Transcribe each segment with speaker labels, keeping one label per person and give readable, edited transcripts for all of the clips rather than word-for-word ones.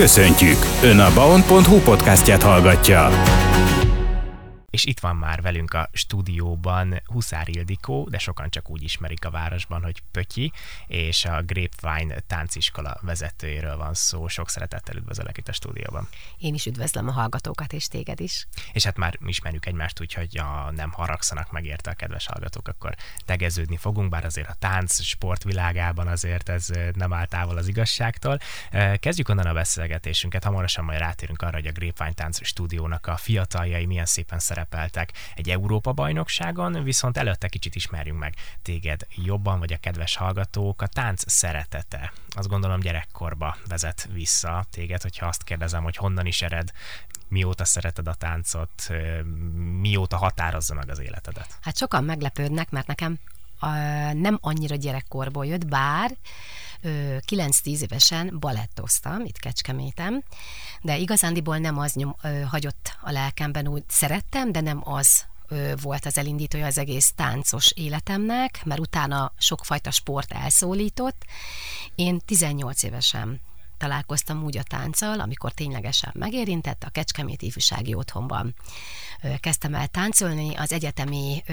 Speaker 1: Köszöntjük! Ön a baon.hu podcastját hallgatja.
Speaker 2: És itt van már velünk a stúdióban Huszár Ildikó, de sokan csak úgy ismerik a városban, hogy Pötyi, és a Grapevine tánciskola vezetőjéről van szó. Sok szeretettel üdvözöllek itt a stúdióban.
Speaker 3: Én is üdvözlöm a hallgatókat, és téged is.
Speaker 2: És hát már ismerjük egymást, úgyhogy ha nem haragszanak meg érte a kedves hallgatók, akkor tegeződni fogunk, bár azért a tánc sportvilágában azért ez nem áll távol az igazságtól. Kezdjük onnan a beszélgetésünket, hamarosan majd rátérünk arra, hogy a Grapevine Tánc Stúdiónak a fiataljai milyen szépen szerepeltek egy Európa-bajnokságon, viszont előtte kicsit ismerjünk meg téged jobban, vagy a kedves hallgatók. A tánc szeretete, azt gondolom gyerekkorba vezet vissza téged, hogyha azt kérdezem, hogy honnan is ered, mióta szereted a táncot, mióta határozza meg az életedet?
Speaker 3: Hát sokan meglepődnek, mert nekem nem annyira gyerekkorból jött, bár 9-10 évesen balettoztam itt Kecskeméten, de igazándiból nem az hagyott a lelkemben, úgy szerettem, de nem az volt az elindítója az egész táncos életemnek, mert utána sokfajta sport elszólított. Én 18 évesen találkoztam úgy a tánccal, amikor ténylegesen megérintett, a Kecskeméti Ifjúsági Otthonban kezdtem el táncolni, az egyetemi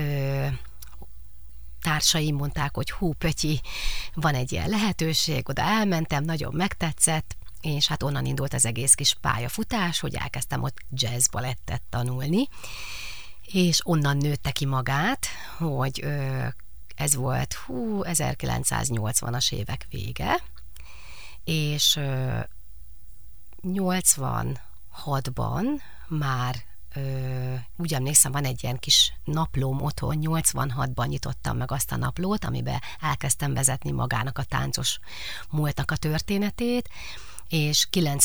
Speaker 3: társaim mondták, hogy hú, Pötyi, van egy ilyen lehetőség, oda elmentem, nagyon megtetszett, és hát onnan indult az egész kis pályafutás, hogy elkezdtem ott jazz balettet tanulni, és onnan nőtte ki magát, hogy ez volt 1980-as évek vége, és 86-ban már úgy emlékszem, van egy ilyen kis naplóm otthon, 86-ban nyitottam meg azt a naplót, amiben elkezdtem vezetni magának a táncos múltnak a történetét, és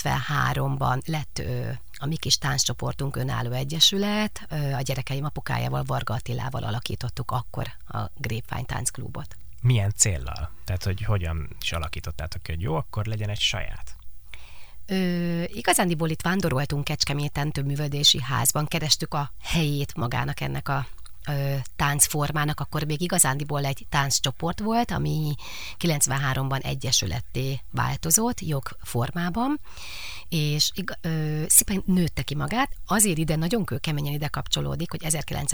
Speaker 3: 93-ban lett a mi kis tánccsoportunk önálló egyesület, a gyerekeim apukájával, Varga Attilával alakítottuk akkor a Grapevine táncklubot.
Speaker 2: Milyen céllal? Tehát, hogy hogyan is alakítottátok, hogy jó, akkor legyen egy saját?
Speaker 3: Igazándiból itt vándoroltunk Kecskeméten, több művelődési házban, kerestük a helyét magának ennek a táncformának, akkor még igazándiból egy tánccsoport volt, ami 93-ban egyesületté változott jogformában, és szépen nőtte ki magát. Azért ide nagyon kőkeményen ide kapcsolódik, hogy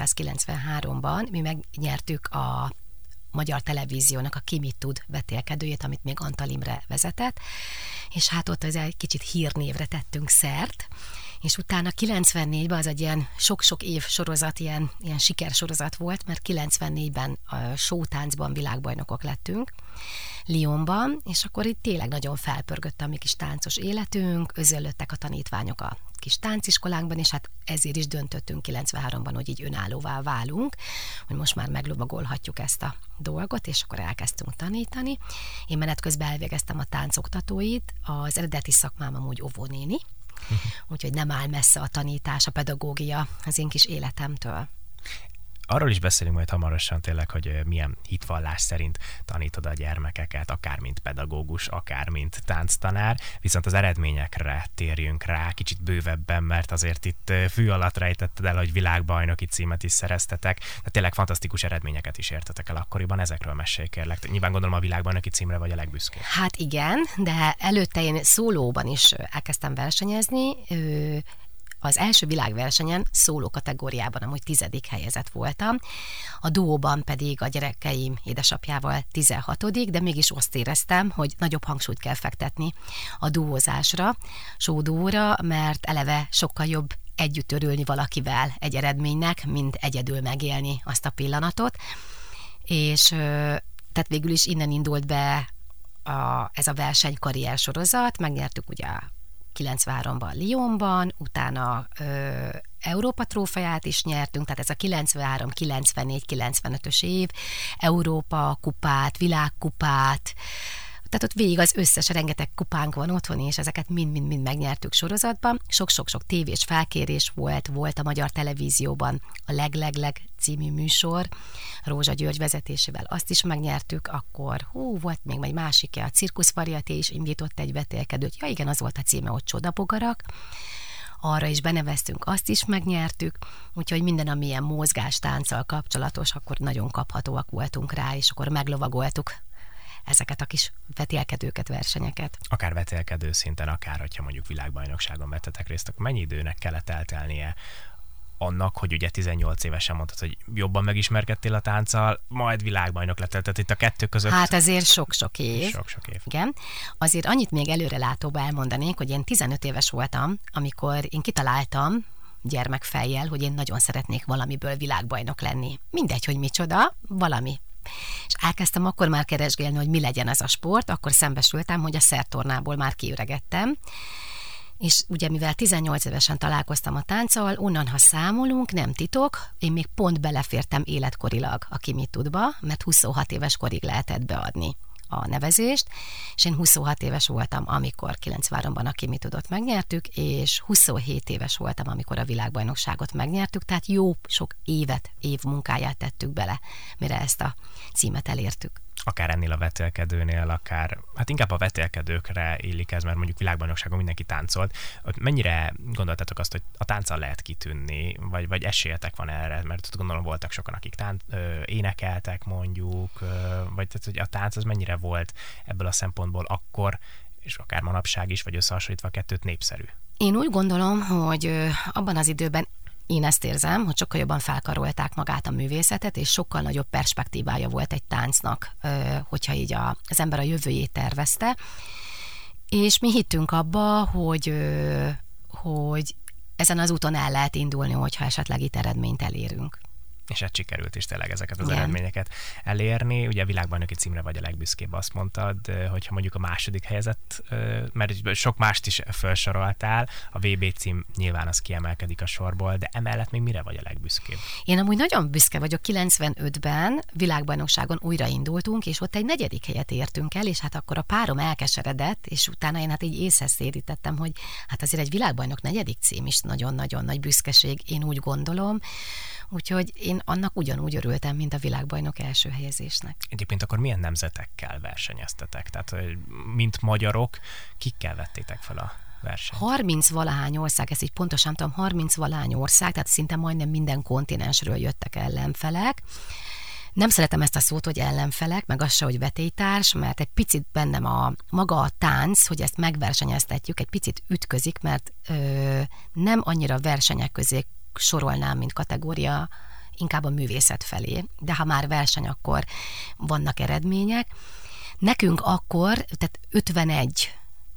Speaker 3: 1993-ban mi megnyertük a Magyar Televíziónak a Ki mit tud vetélkedőjét, amit még Antal Imre vezetett, és hát ott az egy kicsit hírnévre tettünk szert, és utána 94-ben az egy ilyen sok-sok év sorozat, ilyen sikersorozat volt, mert 94-ben a showtáncban világbajnokok lettünk Lyonban, és akkor itt tényleg nagyon felpörgött a mi kis táncos életünk, özöllöttek a tanítványok a kis tánciskolánkban, és hát ezért is döntöttünk 93-ban, hogy így önállóvá válunk, hogy most már meglovagolhatjuk ezt a dolgot, és akkor elkezdtünk tanítani. Én menet közben elvégeztem a táncoktatóit, az eredeti szakmám amúgy óvónéni, úgyhogy nem áll messze a tanítás, a pedagógia az én kis életemtől.
Speaker 2: Arról is beszélünk majd hamarosan tényleg, hogy milyen hitvallás szerint tanítod a gyermekeket, akár mint pedagógus, akár mint tánctanár, viszont az eredményekre térjünk rá kicsit bővebben, mert azért itt fű alatt rejtetted el, hogy világbajnoki címet is szereztetek, tehát tényleg fantasztikus eredményeket is értetek el akkoriban, ezekről mesélj kérlek. Nyilván gondolom a világbajnoki címre vagy a legbüszkébb. Hát
Speaker 3: igen, de előtte én szólóban is elkezdtem versenyezni, az első világversenyen szóló kategóriában amúgy 10. helyezett voltam, a duóban pedig a gyerekeim édesapjával 16., de mégis azt éreztem, hogy nagyobb hangsúlyt kell fektetni a duózásra, showduóra, mert eleve sokkal jobb együtt örülni valakivel egy eredménynek, mint egyedül megélni azt a pillanatot, és tehát végül is innen indult be ez a versenykarrier sorozat, megnyertük ugye 93-ban Lyonban, utána Európa trófeát is nyertünk, tehát ez a 93, 94, 95-ös év, Európa kupát, világkupát, tehát ott végig az összes, rengeteg kupánk van otthon, és ezeket mind megnyertük sorozatban. Sok-sok tévés felkérés volt a Magyar Televízióban a Leg című műsor, Rózsa György vezetésével, azt is megnyertük, akkor volt még egy másik, a Cirkusz Varieté is indított egy vetélkedőt, ja igen, az volt a címe, hogy Csodabogarak, arra is beneveztünk, azt is megnyertük, úgyhogy minden, ami ilyen mozgástánccal kapcsolatos, akkor nagyon kaphatóak voltunk rá, és akkor meglovagoltuk ezeket a kis vetélkedőket, versenyeket.
Speaker 2: Akár vetélkedő szinten, akár hogyha mondjuk világbajnokságon vettetek részt, akkor mennyi időnek kellett eltelnie annak, hogy ugye 18 évesen mondtad, hogy jobban megismerkedtél a tánccal, majd világbajnok lettél, tehát itt a kettő között...
Speaker 3: Hát ezért sok-sok év.
Speaker 2: Sok-sok év.
Speaker 3: Igen. Azért annyit még előrelátóba elmondanék, hogy én 15 éves voltam, amikor én kitaláltam gyermekfejjel, hogy én nagyon szeretnék valamiből világbajnok lenni. Mindegy, hogy micsoda, valami. És elkezdtem akkor már keresgélni, hogy mi legyen ez a sport, akkor szembesültem, hogy a szertornából már kiüregettem. És ugye mivel 18 évesen találkoztam a tánccal, onnan, ha számolunk, nem titok, én még pont belefértem életkorilag a Kimi Tudba, mert 26 éves korig lehetett beadni a nevezést, és én 26 éves voltam, amikor 93-ban a Kimi Tudot megnyertük, és 27 éves voltam, amikor a világbajnokságot megnyertük, tehát jó sok év munkáját tettük bele, mire ezt a címet elértük.
Speaker 2: Akár ennél a vetélkedőnél, akár, hát inkább a vetélkedőkre illik ez, mert mondjuk világbajnokságon mindenki táncolt. Mennyire gondoltátok azt, hogy a tánccal lehet kitűnni, vagy esélyetek van erre? Mert gondolom voltak sokan, akik énekeltek mondjuk, vagy tehát, hogy a tánc az mennyire volt ebből a szempontból akkor, és akár manapság is, vagy összehasonlítva a kettőt népszerű?
Speaker 3: Én úgy gondolom, hogy abban az időben én ezt érzem, hogy sokkal jobban felkarolták magát a művészetet, és sokkal nagyobb perspektívája volt egy táncnak, hogyha így az ember a jövőjét tervezte. És mi hittünk abba, hogy ezen az úton el lehet indulni, hogyha esetleg itt eredményt elérünk.
Speaker 2: És hát sikerült is tényleg ezeket az
Speaker 3: Igen.
Speaker 2: eredményeket elérni. Ugye a világbajnoki címre vagy a legbüszkébb, azt mondtad, hogyha mondjuk a második helyezett, mert sok mást is felsoroltál, a VB cím nyilván az kiemelkedik a sorból, de emellett még mire vagy a legbüszkébb?
Speaker 3: Én amúgy nagyon büszke vagyok, 95-ben világbajnokságon újraindultunk, és ott egy 4. helyet értünk el, és hát akkor a párom elkeseredett, és utána én hát így észhez térítettem, hogy hát azért egy világbajnok 4. cím is nagyon-nagyon nagy büszkeség, én úgy gondolom. Úgyhogy én annak ugyanúgy örültem, mint a világbajnok első helyezésnek.
Speaker 2: Egyébként akkor milyen nemzetekkel versenyeztetek? Tehát, mint magyarok, kikkel vettétek fel a versenyt?
Speaker 3: 30-valahány ország, ezt így pontosan tudom, 30-valahány ország, tehát szinte majdnem minden kontinensről jöttek ellenfelek. Nem szeretem ezt a szót, hogy ellenfelek, meg az se, hogy vetélytárs, mert egy picit bennem maga a tánc, hogy ezt megversenyeztetjük, egy picit ütközik, mert nem annyira versenyek közé sorolnám, mint kategória, inkább a művészet felé. De ha már verseny, akkor vannak eredmények. Nekünk akkor, tehát 51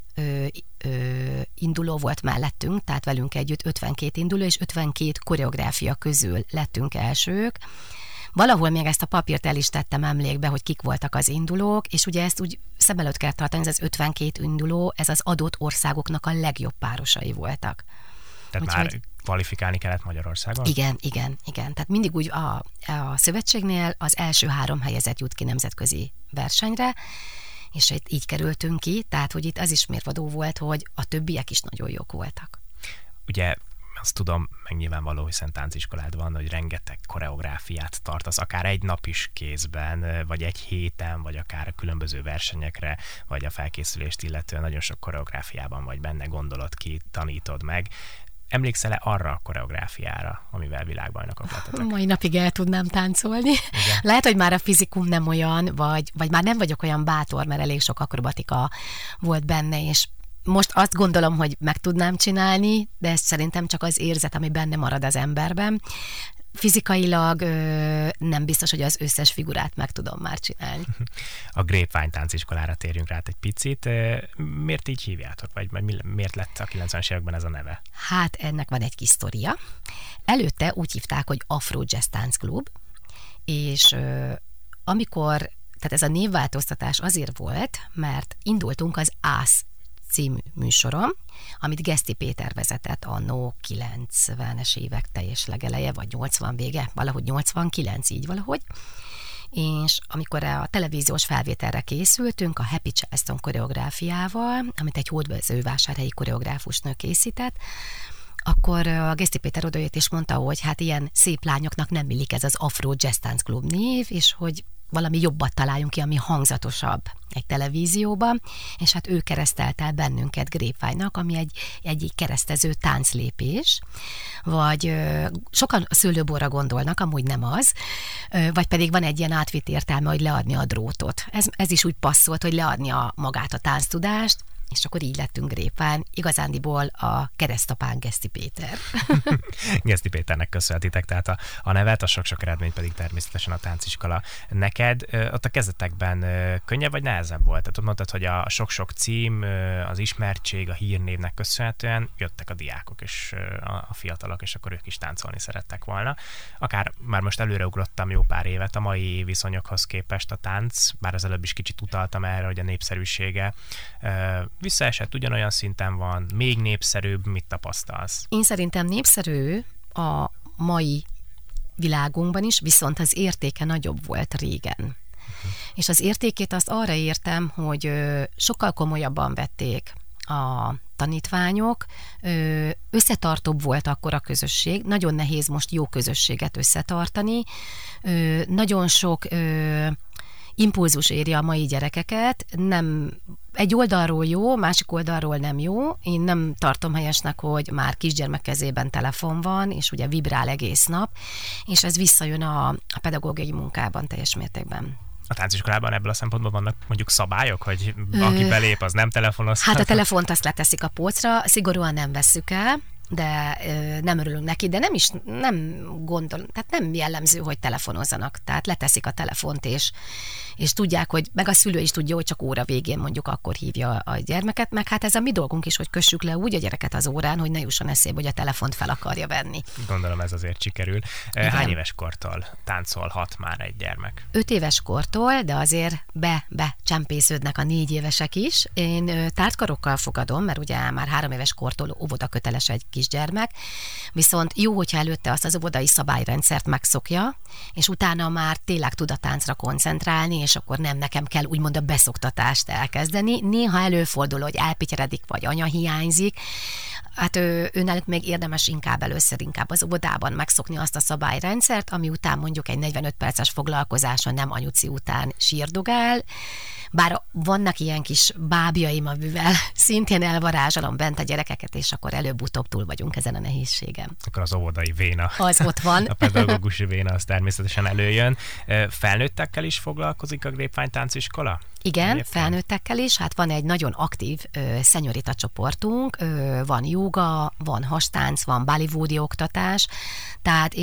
Speaker 3: induló volt mellettünk, tehát velünk együtt 52 induló, és 52 koreográfia közül lettünk elsők. Valahol még ezt a papírt el is tettem emlékbe, hogy kik voltak az indulók, és ugye ezt úgy szem előtt kell tartani, ez az 52 induló, ez az adott országoknak a legjobb párosai voltak.
Speaker 2: Tehát
Speaker 3: úgyhogy
Speaker 2: már kvalifikálni kellett Magyarországon?
Speaker 3: Igen. Tehát mindig úgy a szövetségnél az első 3 helyezett jut ki nemzetközi versenyre, és itt így kerültünk ki, tehát hogy itt az is mérvadó volt, hogy a többiek is nagyon jók voltak.
Speaker 2: Ugye azt tudom, meg nyilvánvaló, hiszen tánciskolád van, hogy rengeteg koreográfiát tartasz, akár egy nap is kézben, vagy egy héten, vagy akár a különböző versenyekre, vagy a felkészülést illetően nagyon sok koreográfiában vagy benne, gondolod ki, tanítod meg. Emlékszel-e arra a koreográfiára, amivel világbajnokok lettetek?
Speaker 3: Mai napig el tudnám táncolni. Igen. Lehet, hogy már a fizikum nem olyan, vagy már nem vagyok olyan bátor, mert elég sok akrobatika volt benne, és most azt gondolom, hogy meg tudnám csinálni, de ez szerintem csak az érzet, ami benne marad az emberben. Fizikailag nem biztos, hogy az összes figurát meg tudom már csinálni.
Speaker 2: A Grapevine tánciskolára térjünk rá egy picit. Miért így hívjátok? Vagy miért lett a 90-es években ez a neve?
Speaker 3: Hát ennek van egy kis sztoria. Előtte úgy hívták, hogy Afro Jazz Táncklub, és amikor, tehát ez a névváltoztatás azért volt, mert indultunk az ÁSZ című műsorom, amit Geszti Péter vezetett annó 90-es évek teljes legeleje, vagy 80 vége, valahogy 89, így valahogy. És amikor a televíziós felvételre készültünk, a Happy Charleston koreográfiával, amit egy hódmezővásárhelyi koreográfusnő készített, akkor a Geszti Péter odajött és mondta, hogy hát ilyen szép lányoknak nem illik ez az Afro Jazz Táncklub név, és hogy valami jobbat találjunk ki, ami hangzatosabb egy televízióban, és hát ő keresztelt el bennünket Grapevine-nak, ami egy keresztező tánclépés, vagy sokan a szőlőborra gondolnak, amúgy nem az, vagy pedig van egy ilyen átvitt értelme, hogy leadni a drótot. Ez is úgy passzolt, hogy leadni magát a tánctudást, és akkor így lettünk Grapevine, igazándiból a keresztapán Geszti Péter.
Speaker 2: Geszti Péternek köszönhetitek, tehát a nevet, a sok-sok eredmény pedig természetesen a tánciskola. Neked ott a kezdetekben könnyebb vagy nehezebb volt? Tehát ott mondtad, hogy a sok-sok cím, az ismertség, a hírnévnek köszönhetően jöttek a diákok és a fiatalok, és akkor ők is táncolni szerettek volna. Akár már most előreugrottam jó pár évet a mai viszonyokhoz képest a tánc, bár az előbb is kicsit utaltam erre, hogy a népszerűsége visszaesett, ugyanolyan szinten van, még népszerűbb, mit tapasztalsz?
Speaker 3: Én szerintem népszerű a mai világunkban is, viszont az értéke nagyobb volt régen. És az értékét azt arra értem, hogy sokkal komolyabban vették a tanítványok, összetartóbb volt akkor a közösség, nagyon nehéz most jó közösséget összetartani, nagyon sok impulzus éri a mai gyerekeket, nem egy oldalról jó, másik oldalról nem jó. Én nem tartom helyesnek, hogy már kisgyermek kezében telefon van, és ugye vibrál egész nap, és ez visszajön a pedagógiai munkában teljes mértékben.
Speaker 2: A tánciskolában ebből a szempontból vannak mondjuk szabályok, hogy aki belép, az nem telefonozhat?
Speaker 3: Hát a telefont azt leteszik a polcra, szigorúan nem vesszük el, de nem örülünk neki, de nem gondolom, tehát nem jellemző, hogy telefonozzanak. Tehát leteszik a telefont, és tudják, hogy meg a szülő is tudja, hogy csak óra végén mondjuk akkor hívja a gyermeket, meg hát ez a mi dolgunk is, hogy kössük le úgy a gyereket az órán, hogy ne jusson eszébe, hogy a telefont fel akarja venni.
Speaker 2: Gondolom ez azért sikerül. Igen. Hány éves kortól táncolhat már egy gyermek?
Speaker 3: 5 éves kortól, de azért becsempésződnek a 4 évesek is. Én tártkarokkal fogadom, mert ugye már 3 éves kortól óvoda köteles egy kisgyermek, viszont jó, hogyha előtte azt az óvodai szabályrendszert megszokja, és utána már tényleg tud a táncra koncentrálni, és akkor nem nekem kell úgymond a beszoktatást elkezdeni. Néha előfordul, hogy elpityeredik, vagy anya hiányzik. Hát őnáluk még érdemes először az óvodában megszokni azt a szabályrendszert, ami után mondjuk egy 45 perces foglalkozáson nem anyuci után sírdogál, bár vannak ilyen kis bábjaim, amivel szintén elvarázsolom bent a gyerekeket, és akkor előbb-utóbb túl vagyunk ezen a nehézségen.
Speaker 2: Akkor az óvodai véna.
Speaker 3: Az ott van.
Speaker 2: A pedagógusi véna az természetesen előjön. Felnőttekkel is foglalkozik a Grapevine tánciskola?
Speaker 3: Igen, felnőttekkel is, hát van egy nagyon aktív szenyorita csoportunk, van jóga, van hastánc, van bollywoodi oktatás, tehát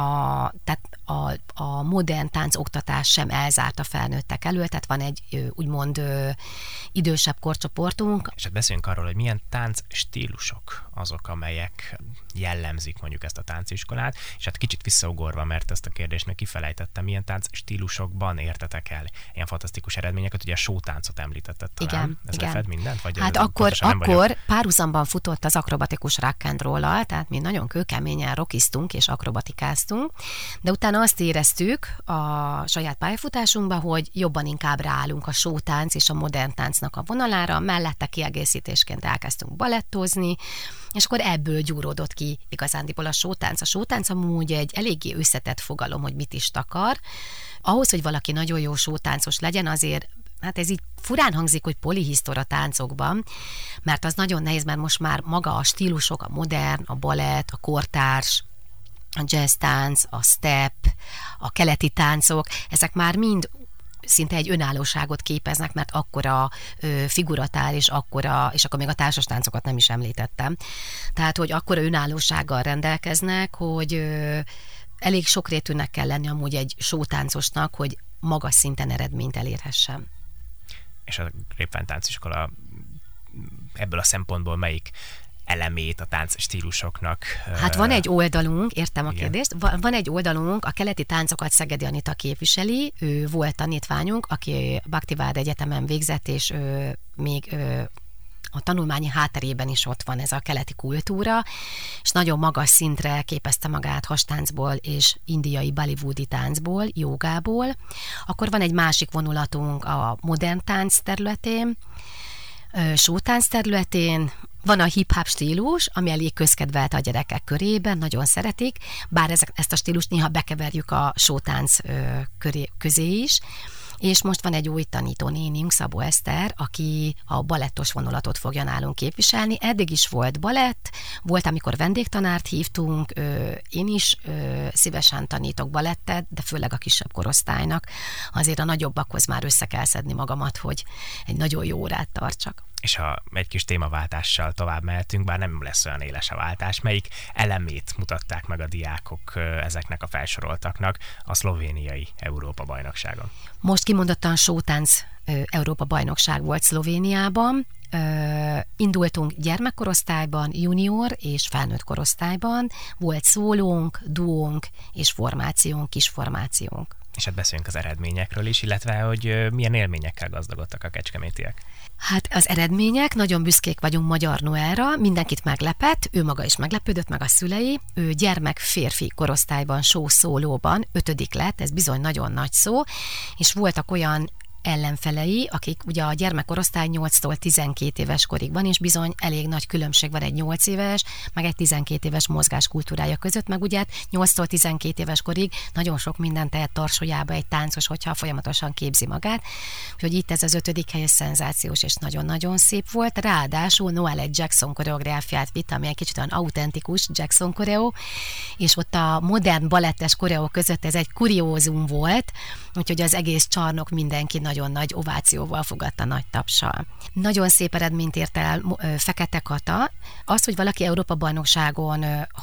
Speaker 3: a modern tánc oktatás sem elzárt a felnőttek elől, tehát van egy úgymond idősebb korcsoportunk.
Speaker 2: És hát beszéljünk arról, hogy milyen tánc stílusok azok, amelyek jellemzik mondjuk ezt a tánciskolát, és hát kicsit visszaugorva, mert ezt a kérdést még kifelejtettem, milyen tánc stílusokban értetek el ilyen fantasztikus eredményeket, ugye a showtáncot említetted talán.
Speaker 3: Igen,
Speaker 2: ez
Speaker 3: igen.
Speaker 2: lefed mindent? Vagy
Speaker 3: hát akkor párhuzamban futott az akrobatikus rock and roll-al, tehát mi nagyon kőkeményen rockiztunk és akrobatikáztunk, de utána azt éreztük a saját pályafutásunkban, hogy jobban inkább ráállunk a showtánc és a modern táncnak a vonalára, mellette kiegészítésként elkezdtünk balettozni, és akkor ebből gyúródott ki igazándiból a showtánc. A showtánc amúgy egy eléggé összetett fogalom, hogy mit is takar. Ahhoz, hogy valaki nagyon jó showtáncos legyen, azért hát ez így furán hangzik, hogy polihisztora táncokban, mert az nagyon nehéz, mert most már maga a stílusok, a modern, a balett, a kortárs, a jazz tánc, a step, a keleti táncok, ezek már mind szinte egy önállóságot képeznek, mert akkora figuratár, és akkor még a társas táncokat nem is említettem. Tehát, hogy akkora önállósággal rendelkeznek, hogy elég sokrétűnek kell lenni amúgy egy showtáncosnak, hogy magas szinten eredményt elérhessen.
Speaker 2: És a Grapevine tánciskola ebből a szempontból melyik elemét a tánc stílusoknak?
Speaker 3: Hát van egy oldalunk, értem a kérdést, van egy oldalunk, a keleti táncokat Szegedi Anita képviseli, ő volt tanítványunk, aki Bhaktivinoda Egyetemen végzett, és még a tanulmányi hátterében is ott van ez a keleti kultúra, és nagyon magas szintre képezte magát hastáncból és indiai bollywoodi táncból, jógából. Akkor van egy másik vonulatunk a modern tánc területén, showtánc területén, Van a hip-hop stílus, ami elég közkedvelt a gyerekek körében, nagyon szeretik, bár ezt a stílust néha bekeverjük a showtánc közé is, és most van egy új tanítónénink, Szabó Eszter, aki a balettos vonulatot fogja nálunk képviselni. Eddig is volt balett, volt, amikor vendégtanárt hívtunk, én is szívesen tanítok balettet, de főleg a kisebb korosztálynak. Azért a nagyobbakhoz már össze kell szedni magamat, hogy egy nagyon jó órát tartsak.
Speaker 2: És ha egy kis témaváltással tovább mehetünk, bár nem lesz olyan éles a váltás, melyik elemét mutatták meg a diákok ezeknek a felsoroltaknak a szlovéniai Európa-bajnokságon?
Speaker 3: Most kimondottan showtánc Európa-bajnokság volt Szlovéniában. Indultunk gyermekkorosztályban, junior és felnőtt korosztályban. Volt szólónk, duónk és formációnk, kisformációnk.
Speaker 2: És hát beszéljünk az eredményekről is, illetve hogy milyen élményekkel gazdagodtak a kecskemétiek.
Speaker 3: Hát az eredmények, nagyon büszkék vagyunk Magyar Noelra, mindenkit meglepett, ő maga is meglepődött, meg a szülei. Ő gyermek férfi korosztályban, szólóban 5. lett, ez bizony nagyon nagy szó, és voltak olyan ellenfelei, akik ugye a gyermekkorosztály 8-tól 12 éves korig van, és bizony elég nagy különbség van egy 8 éves, meg egy 12 éves mozgáskultúrája között, meg ugye 8-tól 12 éves korig nagyon sok mindent tehet tarsolyába egy táncos, hogyha folyamatosan képzi magát. Úgyhogy itt ez az 5. hely szenzációs és nagyon-nagyon szép volt. Ráadásul Noel egy Jackson koreográfiát vitt, ami egy kicsit olyan autentikus Jackson koreó, és ott a modern balettes koreó között ez egy kuriózum volt, úgyhogy az egész csarnok mindenki nagyon nagy ovációval fogadta, nagy tapssal. Nagyon szép eredményt ért el Fekete Kata. Az, hogy valaki Európa-bajnokságon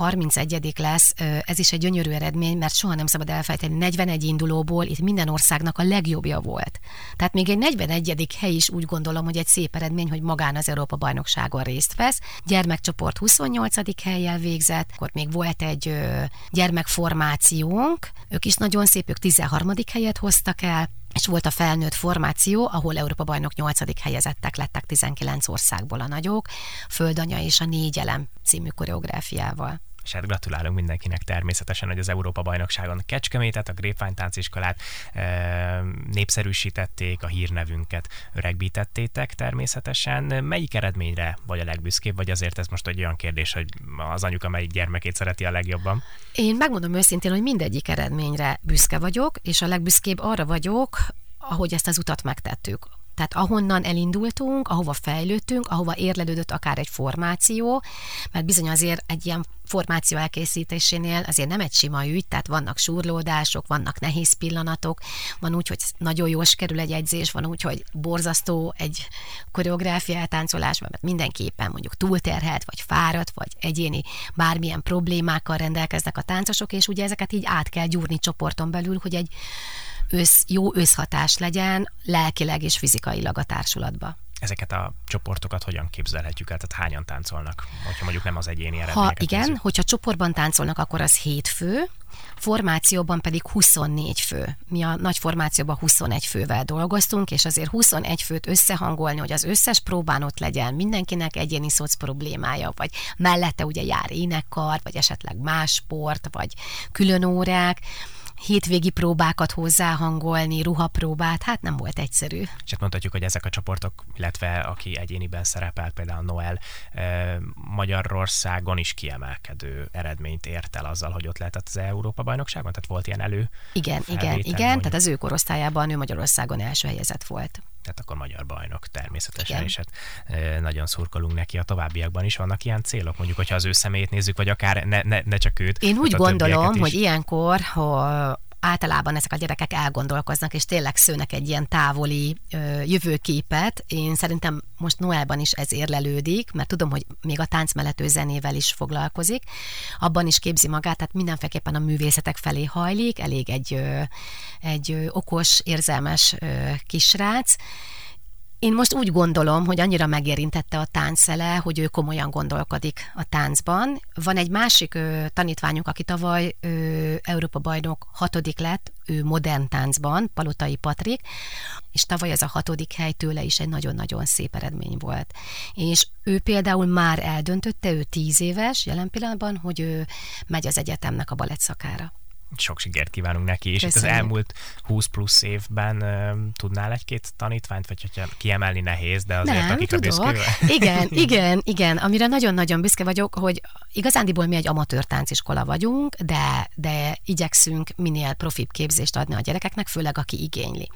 Speaker 3: 31. lesz, ez is egy gyönyörű eredmény, mert soha nem szabad elfelejteni, 41 indulóból itt minden országnak a legjobbja volt. Tehát még egy 41. hely is úgy gondolom, hogy egy szép eredmény, hogy magán az Európa-bajnokságon részt vesz. Gyermekcsoport 28. hellyel végzett, akkor még volt egy gyermekformációnk, ők is nagyon szép, ők 13. helyet hoztak el, és volt a felnőtt formáció, ahol Európa-bajnok 8. helyezettek lettek 19 országból a nagyok, Földanya és a 4 elem című koreográfiával.
Speaker 2: És hát gratulálunk mindenkinek természetesen, hogy az Európa-bajnokságon Kecskemétet, a Grapevine tánciskolát népszerűsítették, a hírnevünket öregbítettétek természetesen. Melyik eredményre vagy a legbüszkébb, vagy azért ez most egy olyan kérdés, hogy az anyuka melyik gyermekét szereti a legjobban?
Speaker 3: Én megmondom őszintén, hogy mindegyik eredményre büszke vagyok, és a legbüszkébb arra vagyok, ahogy ezt az utat megtettük. Tehát ahonnan elindultunk, ahova fejlődtünk, ahova érlelődött akár egy formáció, mert bizony azért egy ilyen formáció elkészítésénél azért nem egy sima ügy, tehát vannak súrlódások, vannak nehéz pillanatok, van úgy, hogy nagyon jól kerül egy edzés, van úgy, hogy borzasztó egy koreográfia eltáncolás, mert mindenképpen mondjuk túlterhelt, vagy fáradt, vagy egyéni bármilyen problémákkal rendelkeznek a táncosok, és ugye ezeket így át kell gyúrni csoporton belül, hogy egy jó összhatás legyen lelkileg és fizikailag a társulatba.
Speaker 2: Ezeket a csoportokat hogyan képzelhetjük el? Tehát hányan táncolnak, hogyha mondjuk nem az egyéni eredményeket?
Speaker 3: Igen,
Speaker 2: nézzük.
Speaker 3: hogyha csoportban táncolnak, akkor az 7 fő, formációban pedig 24 fő. Mi a nagy formációban 21 fővel dolgoztunk, és azért 21 főt összehangolni, hogy az összes próbán ott legyen, mindenkinek egyéni szoc problémája, vagy mellette ugye jár énekkar, vagy esetleg más sport, vagy külön órák, hétvégi próbákat hozzáhangolni, ruhapróbát, hát nem volt egyszerű.
Speaker 2: És hát mondhatjuk, hogy ezek a csoportok, illetve aki egyéniben szerepel, például Noel, Magyarországon is kiemelkedő eredményt ért el azzal, hogy ott lehetett az Európa-bajnokságon? Tehát volt ilyen
Speaker 3: Igen, tehát az ő korosztályában ő Magyarországon első helyezett volt.
Speaker 2: Tehát akkor magyar bajnok természetesen,
Speaker 3: Igen.
Speaker 2: és hát nagyon szurkolunk neki a továbbiakban is. Vannak ilyen célok, mondjuk, hogyha az ő személyét nézzük, vagy akár ne csak őt.
Speaker 3: Én úgy
Speaker 2: a
Speaker 3: gondolom,
Speaker 2: is.
Speaker 3: hogy ilyenkor, ha általában ezek a gyerekek elgondolkoznak, és tényleg szőnek egy ilyen távoli jövőképet. Én szerintem most Noelban is ez érlelődik, mert tudom, hogy még a tánc mellett ő zenével is foglalkozik. Abban is képzi magát, tehát mindenféleképpen a művészetek felé hajlik, elég egy okos, érzelmes kisrác. Én most úgy gondolom, hogy annyira megérintette a táncszele, hogy ő komolyan gondolkodik a táncban. Van egy másik tanítványunk, aki tavaly Európa-bajnok 6. lett, ő modern táncban, Palotai Patrik, és tavaly ez a 6. hely tőle is egy nagyon-nagyon szép eredmény volt. És ő például már eldöntötte, ő 10 éves jelen pillanatban, hogy ő megy az egyetemnek a balett szakára.
Speaker 2: Sok sikert kívánunk neki, és
Speaker 3: Köszönjük.
Speaker 2: itt az elmúlt 20 plusz évben tudnál egy-két tanítványt, vagy hogyha kiemelni nehéz, de azért
Speaker 3: Nem,
Speaker 2: akikre
Speaker 3: tudok.
Speaker 2: büszke
Speaker 3: Igen. Amire nagyon-nagyon büszke vagyok, hogy igazándiból mi egy amatőr tánciskola vagyunk, de igyekszünk minél profibb képzést adni a gyerekeknek, főleg aki igényli.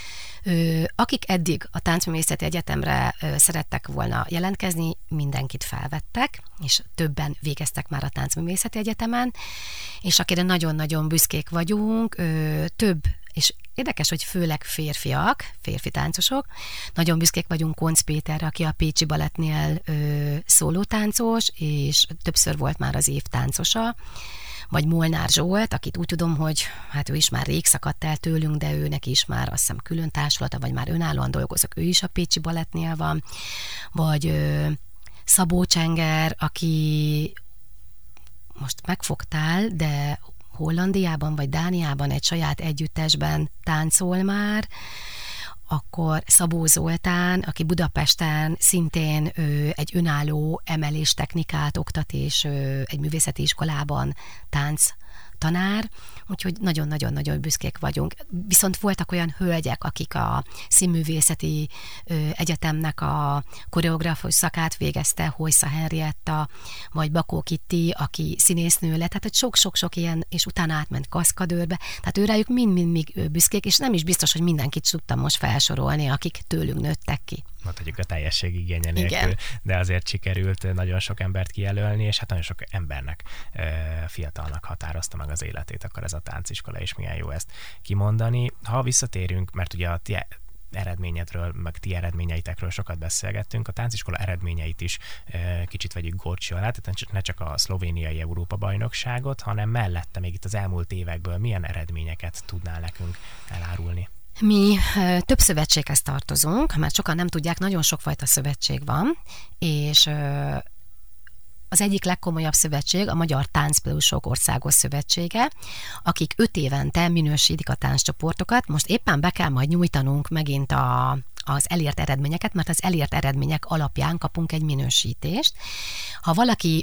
Speaker 3: Akik eddig a Táncművészeti Egyetemre szerettek volna jelentkezni, mindenkit felvettek, és többen végeztek már a Táncművészeti Egyetemen, és akire nagyon-nagyon büszkék vagyunk, több, és érdekes, hogy főleg férfi táncosok, nagyon büszkék vagyunk Koncz Péterre, aki a Pécsi Balettnél szólótáncos, és többször volt már az év táncosa, vagy Molnár Zsolt, akit úgy tudom, hogy hát ő is már rég szakadt el tőlünk, de ő neki is már azt hiszem külön társulata, vagy már önállóan dolgozok, ő is a Pécsi Balettnél van, vagy Szabó Csenger, aki most megfogtál, de Hollandiában vagy Dániában egy saját együttesben táncol már, akkor Szabó Zoltán, aki Budapesten szintén egy önálló emelés technikát oktat, és egy művészeti iskolában tánc tanár, úgyhogy nagyon-nagyon-nagyon büszkék vagyunk. Viszont voltak olyan hölgyek, akik a Színművészeti Egyetemnek a koreográfus szakát végezte, Hojsza Henrietta, vagy Bakó Kitti, aki színésznő lett, tehát sok-sok ilyen, és utána átment kaszkadőrbe, tehát őrájuk mind-mind büszkék, és nem is biztos, hogy mindenkit tudtam most felsorolni, akik tőlünk nőttek ki.
Speaker 2: Mondhatjuk a teljesség igénye nélkül, de azért sikerült nagyon sok embert kijelölni, és hát nagyon sok embernek, fiatalnak határozta meg az életét, akkor ez a tánciskola, és milyen jó ezt kimondani. Ha visszatérünk, mert ugye a ti eredményedről, meg ti eredményeitekről sokat beszélgettünk, a tánciskola eredményeit is kicsit vegyük górcső alá, tehát ne csak a szlovéniai Európa-bajnokságot, hanem mellette még itt az elmúlt évekből milyen eredményeket tudnál nekünk elárulni?
Speaker 3: Mi több szövetséghez tartozunk, mert sokan nem tudják, nagyon sokfajta szövetség van, és az egyik legkomolyabb szövetség a Magyar Táncpedagógusok Országos Szövetsége, akik 5 évente minősítik a tánccsoportokat. Most éppen be kell majd nyújtanunk megint az elért eredményeket, mert az elért eredmények alapján kapunk egy minősítést. Ha valaki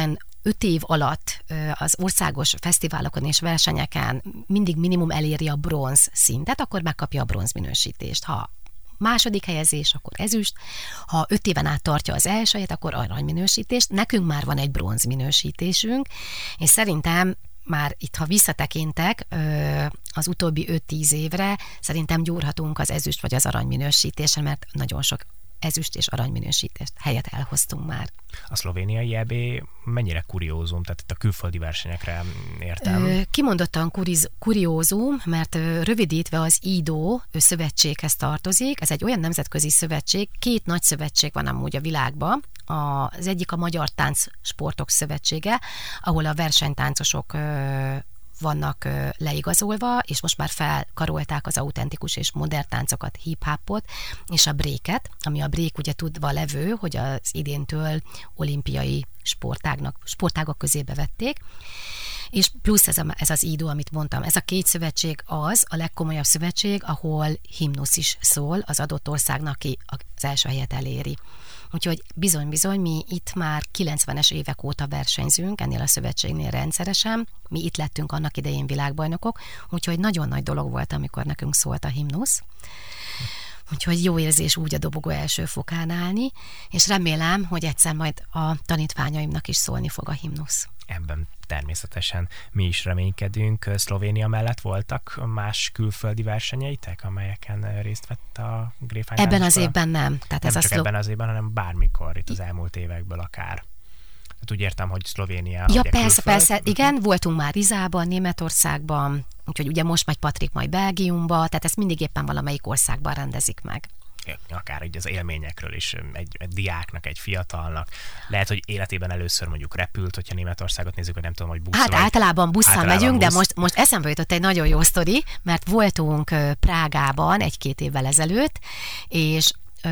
Speaker 3: 5 év alatt az országos fesztiválokon és versenyeken mindig minimum eléri a bronz szintet, akkor megkapja a bronz minősítést. Ha második helyezés, akkor ezüst, ha 5 éven át tartja az első helyet, akkor aranyminősítést. Nekünk már van egy bronz minősítésünk, és szerintem már itt, ha visszatekintek az utóbbi 5-10 évre, szerintem gyúrhatunk az ezüst vagy az aranyminősítésen, mert nagyon sok ezüst és aranyminősítést helyet elhoztunk már.
Speaker 2: A szlovéniai EB mennyire kuriózum, tehát itt a külföldi versenyekre értem?
Speaker 3: Kimondottan kuriózum, mert rövidítve az IDO szövetséghez tartozik. Ez egy olyan nemzetközi szövetség, 2 nagy szövetség van amúgy a világban. Az egyik a Magyar Táncsportok Szövetsége, ahol a versenytáncosok vannak leigazolva, és most már felkarolták az autentikus és modern táncokat, hip-hopot, és a breaket, ami a break ugye tudva levő, hogy az idéntől olimpiai sportágak közébe vették, és plusz ez az IDO, amit mondtam, ez a 2 szövetség az a legkomolyabb szövetség, ahol himnusz is szól az adott országnak, aki az első helyet eléri. Úgyhogy bizony, mi itt már 90-es évek óta versenyzünk, ennél a szövetségnél rendszeresen, mi itt lettünk annak idején világbajnokok, úgyhogy nagyon nagy dolog volt, amikor nekünk szólt a himnusz. Úgyhogy jó érzés úgy a dobogó első fokán állni, és remélem, hogy egyszer majd a tanítványaimnak is szólni fog a himnusz.
Speaker 2: Ebben természetesen mi is reménykedünk. Szlovénia mellett voltak más külföldi versenyeitek, amelyeken részt vett a Gréfány
Speaker 3: Ebben
Speaker 2: Tánciskola?
Speaker 3: az évben nem. Tehát
Speaker 2: Nem
Speaker 3: ez
Speaker 2: csak ebben az évben, hanem bármikor itt az elmúlt évekből akár. Hát úgy értem, hogy Szlovénia...
Speaker 3: Ja, persze, igen, voltunk már Rizában, Németországban, úgyhogy ugye most megy Patrik majd Belgiumba, tehát ezt mindig éppen valamelyik országban rendezik meg.
Speaker 2: Akár így az élményekről is egy diáknak, egy fiatalnak. Lehet, hogy életében először mondjuk repült, hogyha Németországot nézzük, hogy nem tudom, hogy busz
Speaker 3: Hát
Speaker 2: vagy.
Speaker 3: általában busszal megyünk,
Speaker 2: busz.
Speaker 3: de most eszembe jutott egy nagyon jó sztori, mert voltunk Prágában 1-2 évvel ezelőtt, és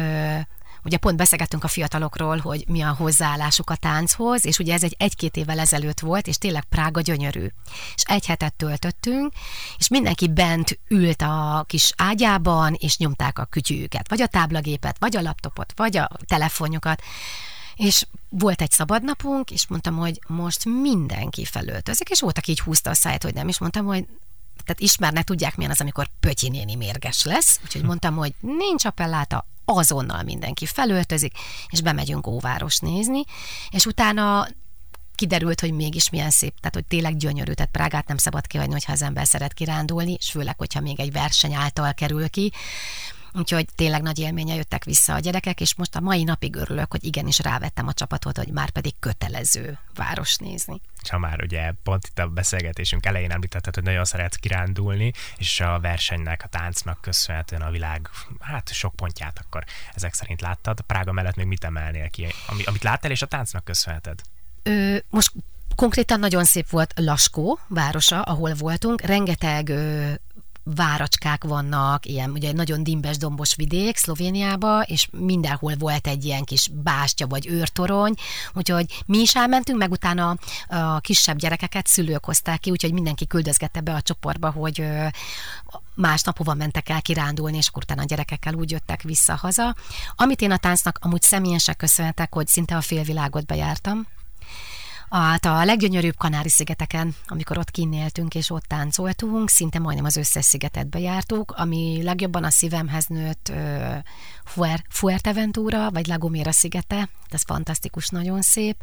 Speaker 3: ugye pont beszélgettünk a fiatalokról, hogy mi a hozzáállásuk a tánchoz, és ugye ez egy 1-2 évvel ezelőtt volt, és tényleg Prága gyönyörű. És 1 hetet töltöttünk, és mindenki bent ült a kis ágyában, és nyomták a kütyűjüket, vagy a táblagépet, vagy a laptopot, vagy a telefonjukat, és volt egy szabadnapunk, és mondtam, hogy most mindenki felöltözik, és volt, aki így húzta a száját, hogy nem, és mondtam, hogy tehát ismernek, tudják milyen az, amikor Pötyi néni mérges lesz, úgyhogy mondtam, hogy nincs appelláta, azonnal mindenki felöltözik, és bemegyünk Óváros nézni, és utána kiderült, hogy mégis milyen szép, tehát hogy tényleg gyönyörű, tehát Prágát nem szabad kihagyni, hogyha az ember szeret kirándulni, és főleg, hogyha még egy verseny által kerül ki. Úgyhogy tényleg nagy élménye jöttek vissza a gyerekek, és most a mai napig örülök, hogy igenis rávettem a csapatot, hogy már pedig kötelező város nézni.
Speaker 2: És ha már ugye pont itt a beszélgetésünk elején említetted, hogy nagyon szeretsz kirándulni, és a versenynek, a táncnak köszönhetően a világ sok pontját akkor ezek szerint láttad. Prága mellett még mit emelnél ki, amit láttál, és a táncnak köszönheted?
Speaker 3: Most konkrétan nagyon szép volt Laskó városa, ahol voltunk, rengeteg váracskák vannak, ilyen ugye nagyon dimbes, dombos vidék Szlovéniába, és mindenhol volt egy ilyen kis bástya vagy őrtorony, úgyhogy mi is elmentünk, meg utána a kisebb gyerekeket szülők hozták ki, úgyhogy mindenki küldözgette be a csoportba, hogy másnap hova mentek el kirándulni, és akkor utána a gyerekekkel úgy jöttek vissza haza. Amit én a táncnak amúgy személyesen köszönhetek, hogy szinte a félvilágot bejártam. Hát a leggyönyörűbb Kanári-szigeteken, amikor ott kinn éltünk és ott táncoltunk, szinte majdnem az összes szigetet bejártuk, ami legjobban a szívemhez nőtt Fuerteventura, vagy La Gomera szigete, ez fantasztikus, nagyon szép.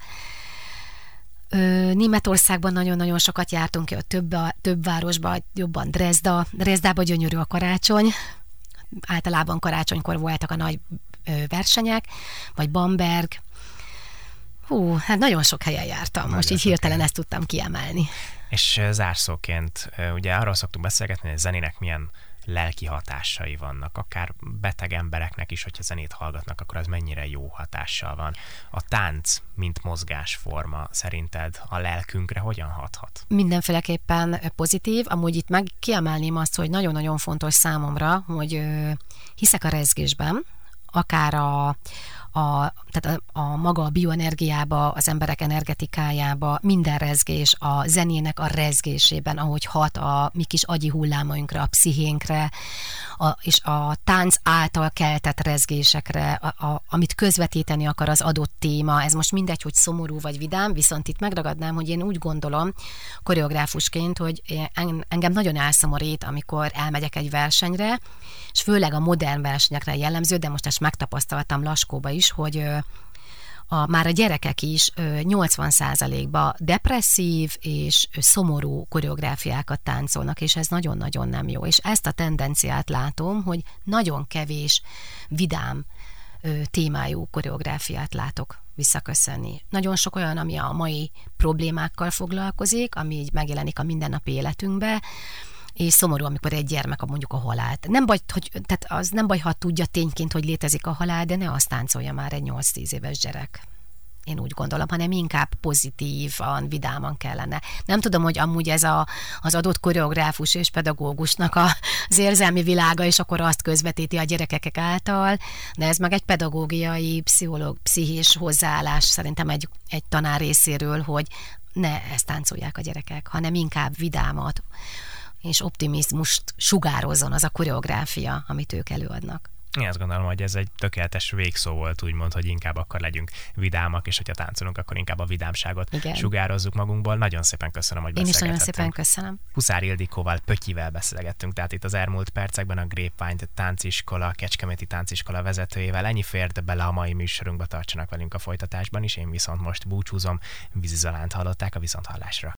Speaker 3: Németországban nagyon-nagyon sokat jártunk, több városban, jobban Dresdában gyönyörű a karácsony, általában karácsonykor voltak a nagy versenyek, vagy Bamberg. Hát nagyon sok helyen jártam. Nagyon most így hirtelen ezt tudtam kiemelni.
Speaker 2: És zárszóként, ugye arról szoktunk beszélgetni, hogy a zenének milyen lelki hatásai vannak, akár beteg embereknek is, hogyha zenét hallgatnak, akkor az mennyire jó hatással van. A tánc, mint mozgásforma szerinted a lelkünkre hogyan hathat? Mindenféleképpen
Speaker 3: pozitív. Amúgy itt meg kiemelném azt, hogy nagyon-nagyon fontos számomra, hogy hiszek a rezgésben, akár tehát a maga a bioenergiába, az emberek energetikájába, minden rezgés, a zenének a rezgésében, ahogy hat a mi kis agyi hullámainkra, a pszichénkre, és a tánc által keltett rezgésekre, amit közvetíteni akar az adott téma. Ez most mindegy, hogy szomorú vagy vidám, viszont itt megragadnám, hogy én úgy gondolom koreográfusként, hogy engem nagyon elszomorít, amikor elmegyek egy versenyre, és főleg a modern versenyekre jellemző, de most ezt megtapasztaltam Laskóba is, hogy már a gyerekek is 80%-ba depresszív és szomorú koreográfiákat táncolnak, és ez nagyon-nagyon nem jó. És ezt a tendenciát látom, hogy nagyon kevés vidám témájú koreográfiát látok visszaköszönni. Nagyon sok olyan, ami a mai problémákkal foglalkozik, ami így megjelenik a mindennapi életünkbe, és szomorú, amikor egy gyermek mondjuk a halált. Tehát az nem baj, ha tudja tényként, hogy létezik a halál, de ne azt táncolja már egy 8-10 éves gyerek. Én úgy gondolom, hanem inkább pozitívan, vidáman kellene. Nem tudom, hogy amúgy ez az adott koreográfus és pedagógusnak az érzelmi világa, és akkor azt közvetíti a gyerekek által, de ez meg egy pedagógiai, pszichés hozzáállás szerintem egy tanár részéről, hogy ne ezt táncolják a gyerekek, hanem inkább vidámat és optimizmust sugározzon az a koreográfia, amit ők előadnak.
Speaker 2: Én azt gondolom, hogy ez egy tökéletes végszó volt, úgymond, hogy inkább akkor legyünk vidámak, és hogyha táncolunk, akkor inkább a vidámságot sugározzuk magunkból. Nagyon szépen köszönöm, hogy beszélgethettünk.
Speaker 3: Én is nagyon szépen köszönöm.
Speaker 2: Huszár Ildikóval, Pötyivel beszélgettünk, tehát itt az elmúlt percekben a Grapevine tánciskola, Kecskeméti tánciskola vezetőjével. Ennyi fért bele a mai műsorunkba, tartsanak velünk a folytatásban is. Én viszont most búcsúzom, Vízi Zalánt hallották, a viszonthallásra.